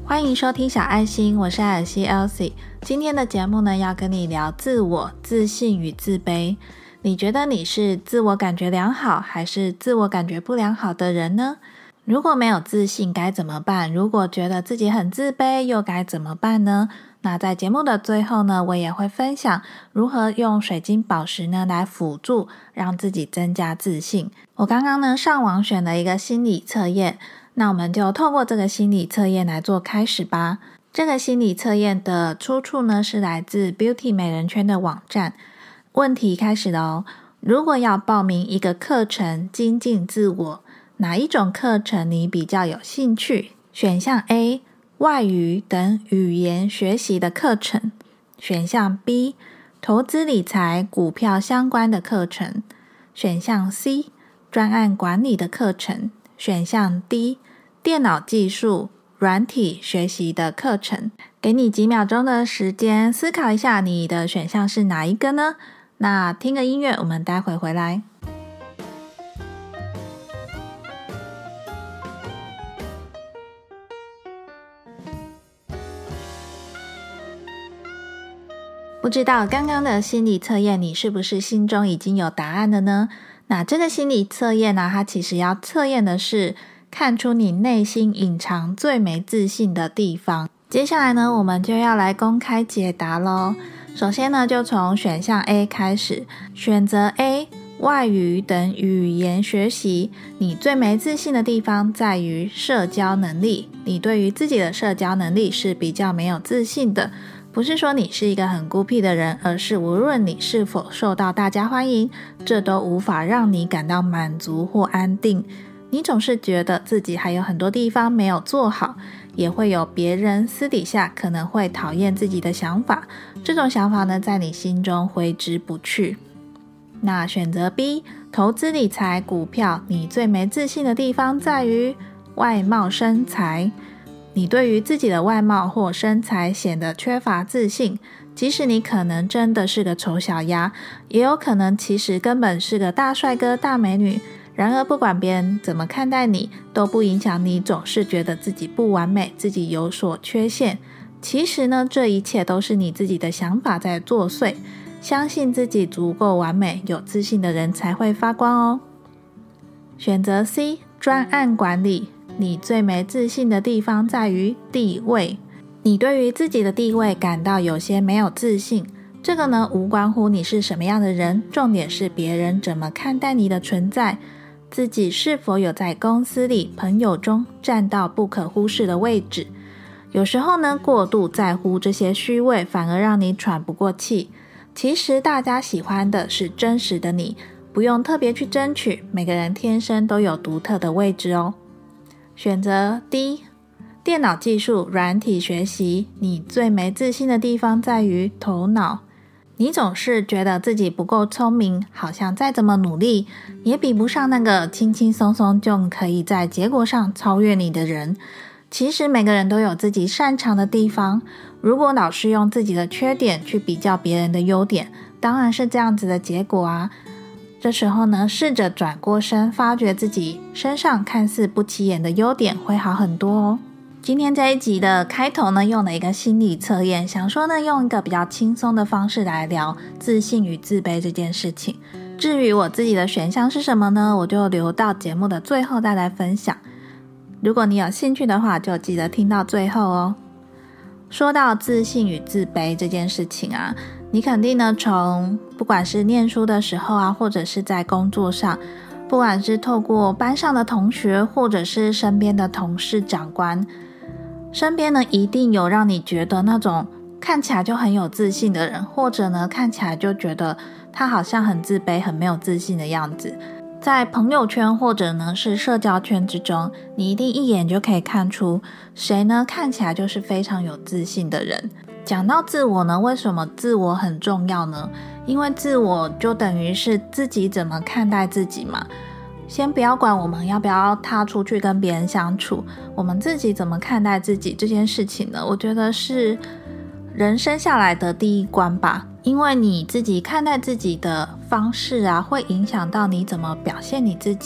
欢迎收听小爱心，我是艾尔西 Elsie。 今天的节目呢，要跟你聊自我、自信与自卑。你觉得你是自我感觉良好还是自我感觉不良好的人呢？如果没有自信该怎么办？如果觉得自己很自卑又该怎么办呢？那在节目的最后呢，我也会分享如何用水晶宝石呢来辅助让自己增加自信。我刚刚呢上网选了一个心理测验，那我们就透过这个心理测验来做开始吧。这个心理测验的出处呢是来自 Beauty 美人圈的网站。问题开始了哦。如果要报名一个课程精进自我，哪一种课程你比较有兴趣？选项 A 外语等语言学习的课程，选项 B 投资理财股票相关的课程，选项 C 专案管理的课程，选项 D 电脑技术软体学习的课程。给你几秒钟的时间思考一下你的选项是哪一个呢？那听个音乐，我们待会回来。不知道刚刚的心理测验你是不是心中已经有答案了呢？那这个心理测验呢，它其实要测验的是看出你内心隐藏最没自信的地方。接下来呢，我们就要来公开解答咯。首先呢，就从选项 A 开始。选择 A 外语等语言学习，你最没自信的地方在于社交能力。你对于自己的社交能力是比较没有自信的。不是说你是一个很孤僻的人，而是无论你是否受到大家欢迎，这都无法让你感到满足或安定。你总是觉得自己还有很多地方没有做好，也会有别人私底下可能会讨厌自己的想法，这种想法呢，在你心中挥之不去。那选择 B 投资理财股票，你最没自信的地方在于外貌身材。你对于自己的外貌或身材显得缺乏自信，即使你可能真的是个丑小鸭，也有可能其实根本是个大帅哥大美女。然而不管别人怎么看待你，都不影响你总是觉得自己不完美，自己有所缺陷。其实呢，这一切都是你自己的想法在作祟。相信自己足够完美，有自信的人才会发光哦。选择 C 专案管理，你最没自信的地方在于地位。你对于自己的地位感到有些没有自信，这个呢，无关乎你是什么样的人，重点是别人怎么看待你的存在，自己是否有在公司里、朋友中占到不可忽视的位置。有时候呢，过度在乎这些虚位，反而让你喘不过气。其实大家喜欢的是真实的你，不用特别去争取，每个人天生都有独特的位置哦。选择 D 电脑技术软体学习，你最没自信的地方在于头脑。你总是觉得自己不够聪明，好像再怎么努力也比不上那个轻轻松松就可以在结果上超越你的人。其实每个人都有自己擅长的地方，如果老是用自己的缺点去比较别人的优点，当然是这样子的结果啊。这时候呢，试着转过身，发掘自己身上看似不起眼的优点，会好很多哦。今天这一集的开头呢，用了一个心理测验，想说呢，用一个比较轻松的方式来聊自信与自卑这件事情。至于我自己的选项是什么呢，我就留到节目的最后再来分享。如果你有兴趣的话，就记得听到最后哦。说到自信与自卑这件事情啊，你肯定呢，从不管是念书的时候啊，或者是在工作上，不管是透过班上的同学，或者是身边的同事长官，身边呢一定有让你觉得那种看起来就很有自信的人，或者呢看起来就觉得他好像很自卑很没有自信的样子。在朋友圈或者呢是社交圈之中，你一定一眼就可以看出谁呢看起来就是非常有自信的人。讲到自我呢，为什么自我很重要呢？因为自我就等于是自己怎么看待自己嘛。先不要管我们要不要踏出去跟别人相处，我们自己怎么看待自己这件事情呢，我觉得是人生下来的第一关吧。因为你自己看待自己的方式啊，会影响到你怎么表现你自己。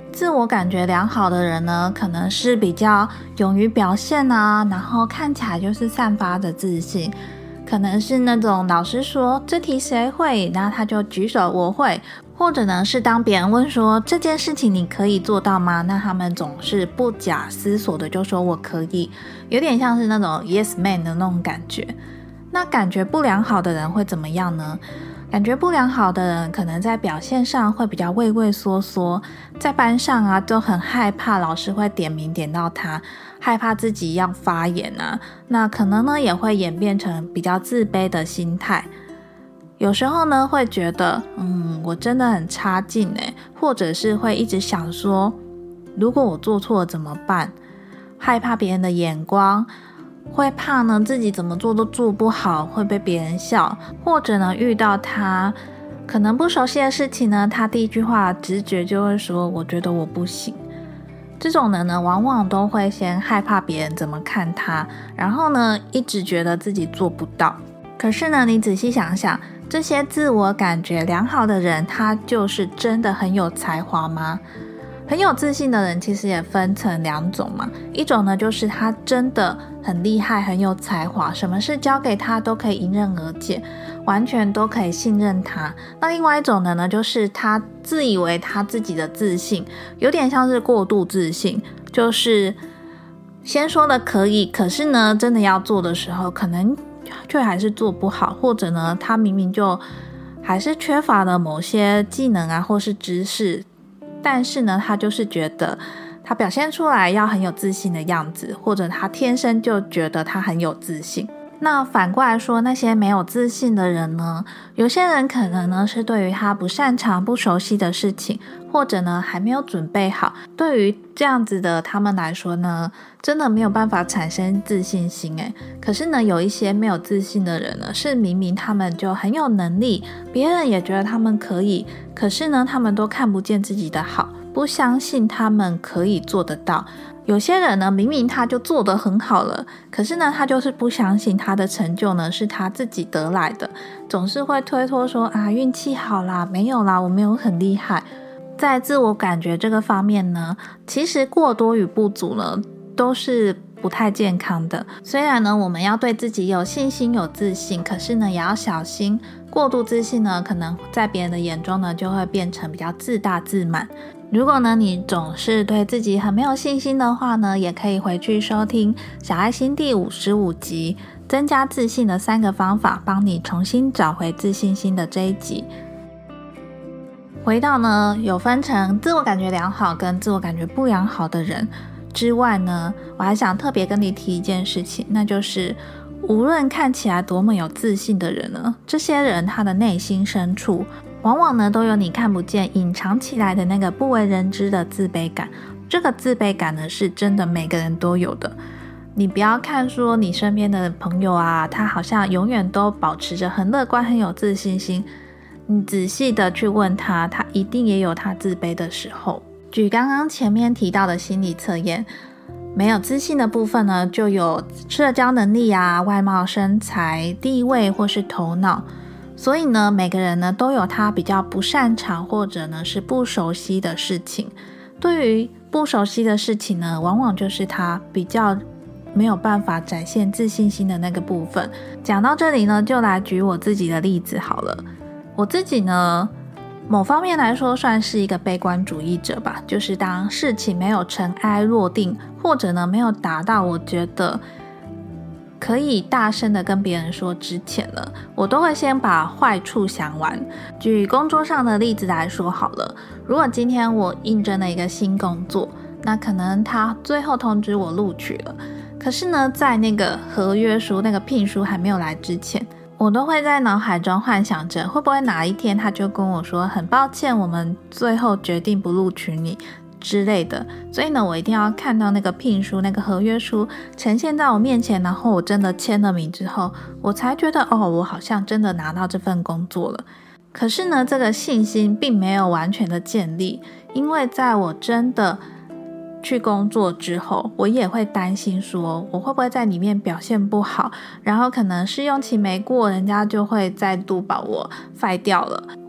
自我感觉良好的人呢，可能是比较勇于表现啊，然后看起来就是散发着自信，可能是那种老师说这题谁会，然后他就举手我会，或者呢是当别人问说这件事情你可以做到吗，那他们总是不假思索的就说我可以，有点像是那种 yes man 的那种感觉。那感觉不良好的人会怎么样呢？感觉不良好的人可能在表现上会比较畏畏缩缩，在班上啊都很害怕老师会点名点到他，害怕自己要发言啊，那可能呢也会演变成比较自卑的心态。有时候呢会觉得我真的很差劲耶，或者是会一直想说如果我做错了怎么办，害怕别人的眼光，会怕呢自己怎么做都做不好，会被别人笑，或者呢遇到他可能不熟悉的事情呢，他第一句话直觉就会说我觉得我不行。这种人呢往往都会先害怕别人怎么看他，然后呢一直觉得自己做不到。可是呢你仔细想想，这些自我感觉良好的人，他就是真的很有才华吗？很有自信的人其实也分成两种嘛，一种呢就是他真的很厉害，很有才华，什么事交给他都可以迎刃而解，完全都可以信任他。那另外一种呢就是他自以为他自己的自信有点像是过度自信，就是先说的可以，可是呢真的要做的时候可能却还是做不好，或者呢他明明就还是缺乏了某些技能啊或是知识，但是呢他就是觉得他表现出来要很有自信的样子，或者他天生就觉得他很有自信。那反过来说，那些没有自信的人呢，有些人可能呢是对于他不擅长不熟悉的事情，或者呢还没有准备好，对于这样子的他们来说呢真的没有办法产生自信心耶。可是呢有一些没有自信的人呢，是明明他们就很有能力，别人也觉得他们可以，可是呢他们都看不见自己的好，不相信他们可以做得到。有些人呢明明他就做得很好了，可是呢他就是不相信他的成就呢是他自己得来的，总是会推脱说啊运气好啦，没有啦，我没有很厉害。在自我感觉这个方面呢，其实过多与不足呢都是不太健康的。虽然呢我们要对自己有信心有自信，可是呢也要小心，过度自信呢可能在别人的眼中呢就会变成比较自大自满。如果呢你总是对自己很没有信心的话呢，也可以回去收听小爱心第55集增加自信的3个方法，帮你重新找回自信心的这一集。回到呢有分成自我感觉良好跟自我感觉不良好的人之外呢，我还想特别跟你提一件事情，那就是无论看起来多么有自信的人呢，这些人他的内心深处往往呢都有你看不见隐藏起来的那个不为人知的自卑感。这个自卑感呢是真的每个人都有的。你不要看说你身边的朋友啊，他好像永远都保持着很乐观很有自信心，你仔细的去问他，他一定也有他自卑的时候。举刚刚前面提到的心理测验，没有自信的部分呢就有社交能力啊、外貌身材、地位或是头脑。所以呢每个人呢都有他比较不擅长或者呢是不熟悉的事情。对于不熟悉的事情呢，往往就是他比较没有办法展现自信心的那个部分。讲到这里呢，就来举我自己的例子好了。我自己呢某方面来说算是一个悲观主义者吧，就是当事情没有尘埃落定，或者呢没有达到我觉得可以大声的跟别人说之前了，我都会先把坏处想完。举工作上的例子来说好了，如果今天我应征了一个新工作，那可能他最后通知我录取了，可是呢在那个合约书那个聘书还没有来之前，我都会在脑海中幻想着会不会哪一天他就跟我说很抱歉我们最后决定不录取你之类的。所以呢我一定要看到那个聘书那个合约书呈现在我面前，然后我真的签了名之后，我才觉得我好像真的拿到这份工作了。可是呢这个信心并没有完全的建立，因为在我真的去工作之后，我也会担心说我会不会在里面表现不好，然后可能试用期没过，人家就会再度把我 fire 掉了。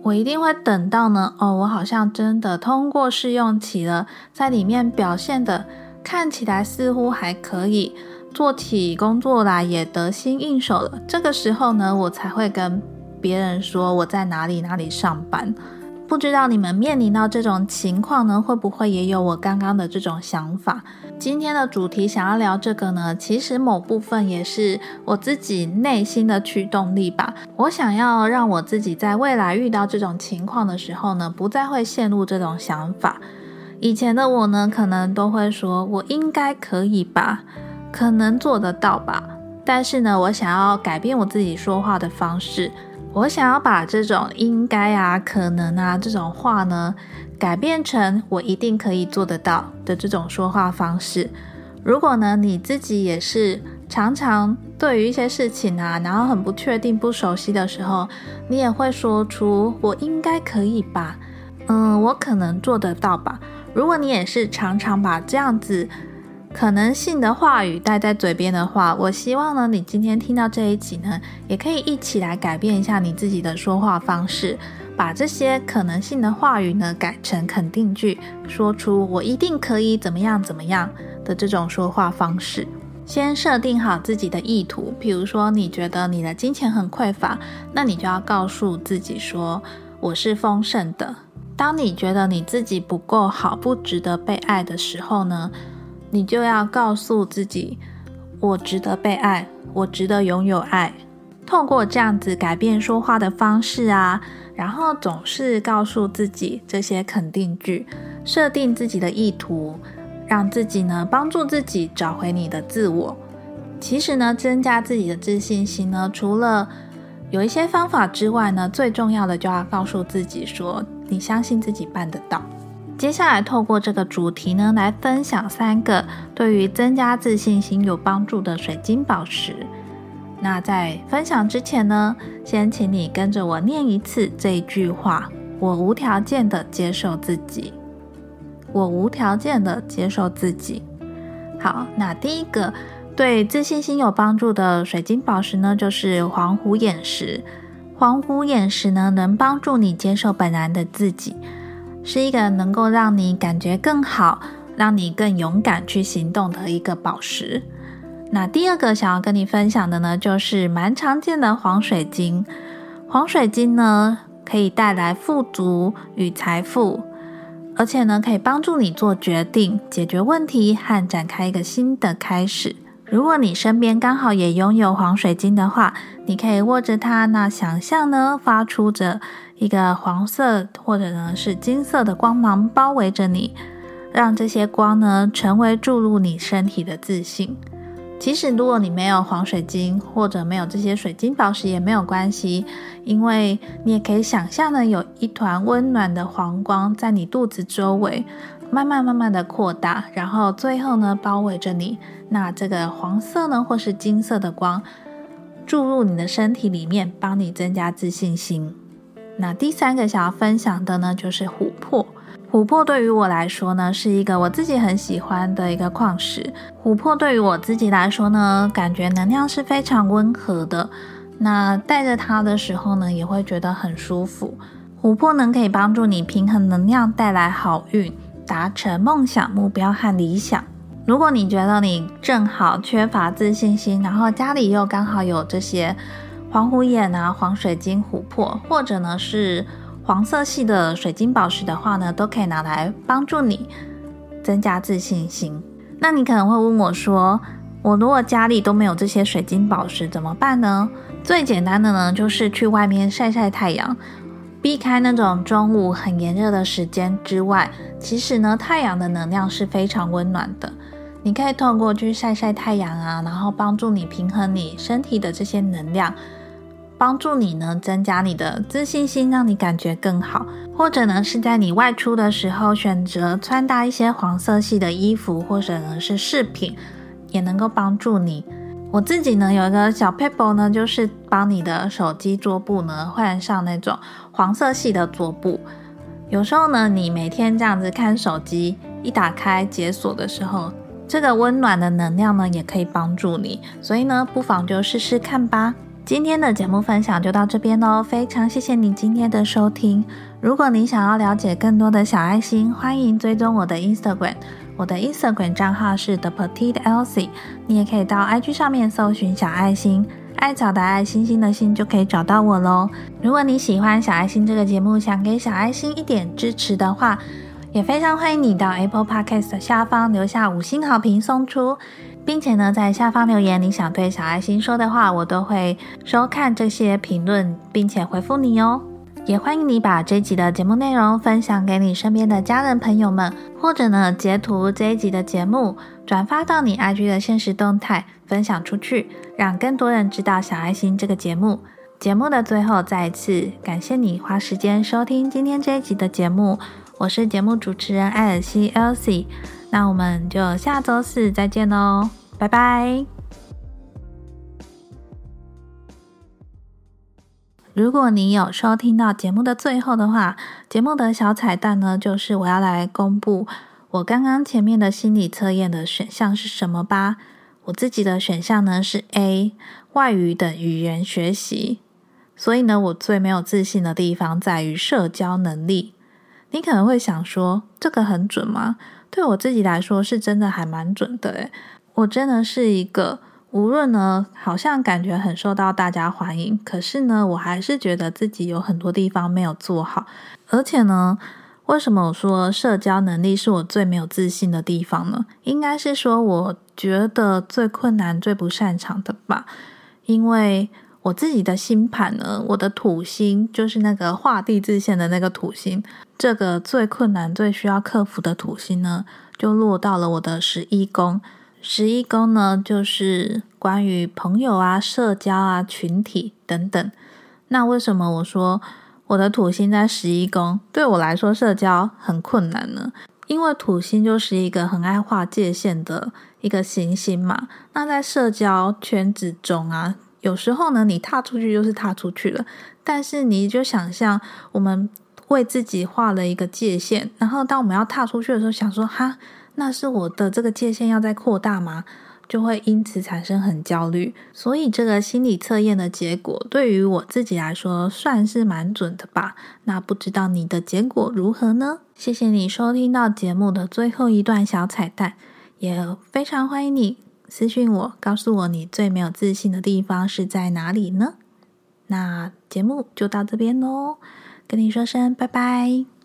我一定会等到呢，我好像真的通过试用期了，在里面表现的看起来似乎还可以，做起工作来也得心应手了，这个时候呢，我才会跟别人说我在哪里上班。不知道你们面临到这种情况呢，会不会也有我刚刚的这种想法？今天的主题想要聊这个呢，其实某部分也是我自己内心的驱动力吧。我想要让我自己在未来遇到这种情况的时候呢，不再会陷入这种想法。以前的我呢，可能都会说我应该可以吧，可能做得到吧。但是呢，我想要改变我自己说话的方式，我想要把这种应该啊、可能啊这种话呢，改变成我一定可以做得到的这种说话方式。如果呢你自己也是常常对于一些事情啊，然后很不确定、不熟悉的时候，你也会说出我应该可以吧，我可能做得到吧。如果你也是常常把这样子可能性的话语带在嘴边的话，我希望呢你今天听到这一集呢，也可以一起来改变一下你自己的说话方式，把这些可能性的话语呢改成肯定句，说出我一定可以怎么样怎么样的这种说话方式。先设定好自己的意图，比如说你觉得你的金钱很匮乏，那你就要告诉自己说我是丰盛的。当你觉得你自己不够好，不值得被爱的时候呢，你就要告诉自己我值得被爱，我值得拥有爱。透过这样子改变说话的方式啊，然后总是告诉自己这些肯定句，设定自己的意图，让自己呢帮助自己找回你的自我。其实呢，增加自己的自信心呢，除了有一些方法之外呢，最重要的就要告诉自己说你相信自己办得到。接下来透过这个主题呢，来分享3个对于增加自信心有帮助的水晶宝石。那在分享之前呢，先请你跟着我念一次这一句话：我无条件的接受自己。我无条件的接受自己。好，那第一个对自信心有帮助的水晶宝石呢，就是黄虎眼石。黄虎眼石呢，能帮助你接受本来的自己，是一个能够让你感觉更好，让你更勇敢去行动的一个宝石。那第二个想要跟你分享的呢，就是蛮常见的黄水晶。黄水晶呢，可以带来富足与财富，而且呢，可以帮助你做决定、解决问题和展开一个新的开始。如果你身边刚好也拥有黄水晶的话，你可以握着它，那想象呢，发出着一个黄色或者呢是金色的光芒包围着你，让这些光呢成为注入你身体的自信。其实如果你没有黄水晶或者没有这些水晶宝石也没有关系，因为你也可以想象呢，有一团温暖的黄光在你肚子周围慢慢的扩大，然后最后呢包围着你。那这个黄色呢或是金色的光注入你的身体里面，帮你增加自信心。那第3个想要分享的呢，就是琥珀。琥珀对于我来说呢，是一个我自己很喜欢的一个矿石。琥珀对于我自己来说呢，感觉能量是非常温和的，那带着它的时候呢，也会觉得很舒服。琥珀呢，可以帮助你平衡能量，带来好运，达成梦想、目标和理想。如果你觉得你正好缺乏自信心，然后家里又刚好有这些黄虎眼啊、黄水晶、琥珀，或者呢是黄色系的水晶宝石的话呢，都可以拿来帮助你增加自信心。那你可能会问我说，我如果家里都没有这些水晶宝石怎么办呢？最简单的呢，就是去外面晒晒太阳，避开那种中午很炎热的时间之外，其实呢，太阳的能量是非常温暖的。你可以透过去晒晒太阳啊，然后帮助你平衡你身体的这些能量，帮助你呢增加你的自信心，让你感觉更好。或者呢是在你外出的时候，选择穿搭一些黄色系的衣服，或者呢是饰品，也能够帮助你。我自己呢有一个小 paper 呢，就是帮你的手机桌布呢换上那种黄色系的桌布。有时候呢你每天这样子看手机，一打开解锁的时候，这个温暖的能量呢也可以帮助你，所以呢不妨就试试看吧。 今天的节目分享就到这边咯，非常谢谢你今天的收听。如果你想要了解更多的小爱心，欢迎追踪我的 Instagram， 我的 Instagram 账号是 The Petite Elsie， 你也可以到 IG 上面搜寻小爱心，爱草的爱，星星的星，就可以找到我咯。如果你喜欢小爱心这个节目，想给小爱心一点支持的话，也非常欢迎你到 Apple Podcast 的下方留下5星好评送出，并且呢，在下方留言你想对小爱心说的话，我都会收看这些评论，并且回复你哦。也欢迎你把这集的节目内容分享给你身边的家人朋友们，或者呢，截图这一集的节目转发到你 IG 的限时动态，分享出去，让更多人知道小爱心这个节目。节目的最后，再一次感谢你花时间收听今天这一集的节目，我是节目主持人艾尔西 Elsie， 那我们就下周四再见咯，拜拜。如果你有收听到节目的最后的话，节目的小彩蛋呢，就是我要来公布我刚刚前面的心理测验的选项是什么吧。我自己的选项呢是 A， 外语的语言学习。所以呢，我最没有自信的地方在于社交能力。你可能会想说，这个很准吗？对我自己来说是真的还蛮准的耶。我真的是一个无论呢，好像感觉很受到大家欢迎，可是呢，我还是觉得自己有很多地方没有做好。而且呢，为什么我说社交能力是我最没有自信的地方呢？应该是说我觉得最困难、最不擅长的吧。因为我自己的星盘呢，我的土星就是那个画地自限的那个土星，这个最困难、最需要克服的土星呢，就落到了我的11宫。11宫呢，就是关于朋友啊、社交啊、群体等等。那为什么我说我的土星在11宫，对我来说社交很困难呢？因为土星就是一个很爱划界限的一个行星嘛。那在社交圈子中啊，有时候呢，你踏出去就是踏出去了，但是你就想象我们为自己画了一个界限，然后当我们要踏出去的时候，想说哈，那是我的这个界限要再扩大吗？就会因此产生很焦虑。所以这个心理测验的结果对于我自己来说算是蛮准的吧。那不知道你的结果如何呢？谢谢你收听到节目的最后一段小彩蛋，也非常欢迎你私讯我，告诉我你最没有自信的地方是在哪里呢？那节目就到这边咯，跟你说声拜拜。